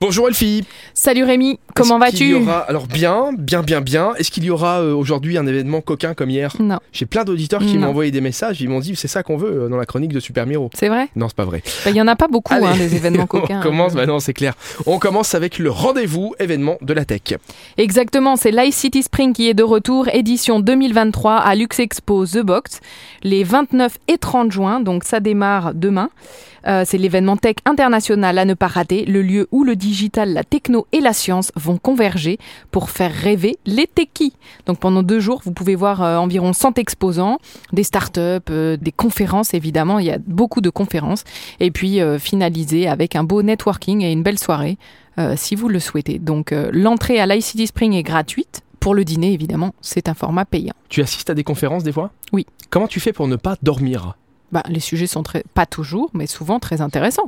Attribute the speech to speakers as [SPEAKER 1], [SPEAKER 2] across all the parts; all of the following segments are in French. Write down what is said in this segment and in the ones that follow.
[SPEAKER 1] Bonjour Elfie.
[SPEAKER 2] Salut Rémi, comment vas-tu ?
[SPEAKER 1] Alors bien. Est-ce qu'il y aura aujourd'hui un événement coquin comme hier ?
[SPEAKER 2] Non.
[SPEAKER 1] J'ai plein d'auditeurs qui m'ont envoyé des messages, ils m'ont dit c'est ça qu'on veut dans la chronique de Super Miro.
[SPEAKER 2] C'est vrai ?
[SPEAKER 1] Non, c'est pas vrai.
[SPEAKER 2] Il y en a pas beaucoup des événements coquins.
[SPEAKER 1] On commence, non c'est clair. On commence avec le rendez-vous événement de la tech.
[SPEAKER 2] Exactement, c'est l'ICT Spring qui est de retour, édition 2023 à Luxexpo The Box, les 29 et 30 juin, donc ça démarre demain. C'est l'événement tech international à ne pas rater, le lieu où le digital, la techno et la science vont converger pour faire rêver les techies. Donc pendant 2 jours, vous pouvez voir environ 100 exposants, des startups, des conférences évidemment, il y a beaucoup de conférences. Et puis finaliser avec un beau networking et une belle soirée si vous le souhaitez. Donc l'entrée à l'ICT Spring est gratuite. Pour le dîner évidemment, c'est un format payant.
[SPEAKER 1] Tu assistes à des conférences des fois ?
[SPEAKER 2] Oui.
[SPEAKER 1] Comment tu fais pour ne pas dormir ?
[SPEAKER 2] Les sujets sont pas toujours, mais souvent très intéressants.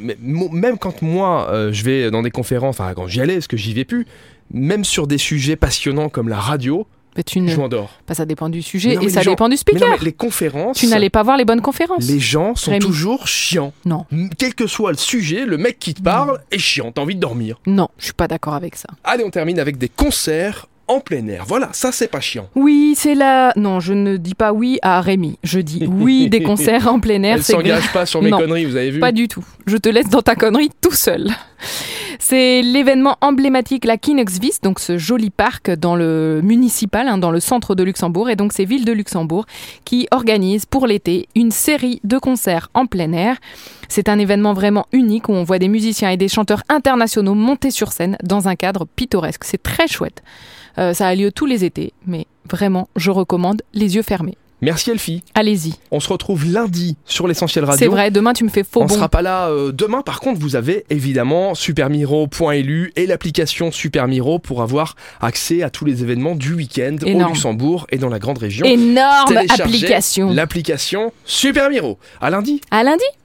[SPEAKER 1] Même quand moi, je vais dans des conférences, enfin quand j'y allais, parce que j'y vais plus, même sur des sujets passionnants comme la radio, je m'endors.
[SPEAKER 2] Ça dépend du sujet et ça dépend du speaker.
[SPEAKER 1] Mais les conférences...
[SPEAKER 2] Tu n'allais pas voir les bonnes conférences.
[SPEAKER 1] Les gens sont
[SPEAKER 2] Rémi.
[SPEAKER 1] toujours chiants.
[SPEAKER 2] Non.
[SPEAKER 1] Quel que soit le sujet, le mec qui te parle est chiant, t'as envie de dormir.
[SPEAKER 2] Non, je suis pas d'accord avec ça.
[SPEAKER 1] Allez, on termine avec des concerts en plein air. Voilà, ça c'est pas chiant.
[SPEAKER 2] Oui, c'est là. Non, je ne dis pas oui à Rémi. Je dis oui des concerts en plein air.
[SPEAKER 1] Elle s'engage pas sur mes conneries, vous avez vu ?
[SPEAKER 2] Pas du tout. Je te laisse dans ta connerie tout seul. C'est l'événement emblématique, la Kinex-Vis, donc ce joli parc dans le municipal, dans le centre de Luxembourg. Et donc c'est Ville de Luxembourg qui organise pour l'été une série de concerts en plein air. C'est un événement vraiment unique où on voit des musiciens et des chanteurs internationaux monter sur scène dans un cadre pittoresque. C'est très chouette. Ça a lieu tous les étés, mais vraiment, je recommande les yeux fermés.
[SPEAKER 1] Merci Elfie.
[SPEAKER 2] Allez-y.
[SPEAKER 1] On se retrouve lundi sur l'Essentiel Radio.
[SPEAKER 2] C'est vrai, demain tu me fais faux bon.
[SPEAKER 1] On sera pas là demain. Par contre, vous avez évidemment supermiro.lu et l'application Super Miro pour avoir accès à tous les événements du week-end au Luxembourg et dans la grande région.
[SPEAKER 2] Énorme application.
[SPEAKER 1] L'application Super Miro. À lundi.
[SPEAKER 2] À lundi.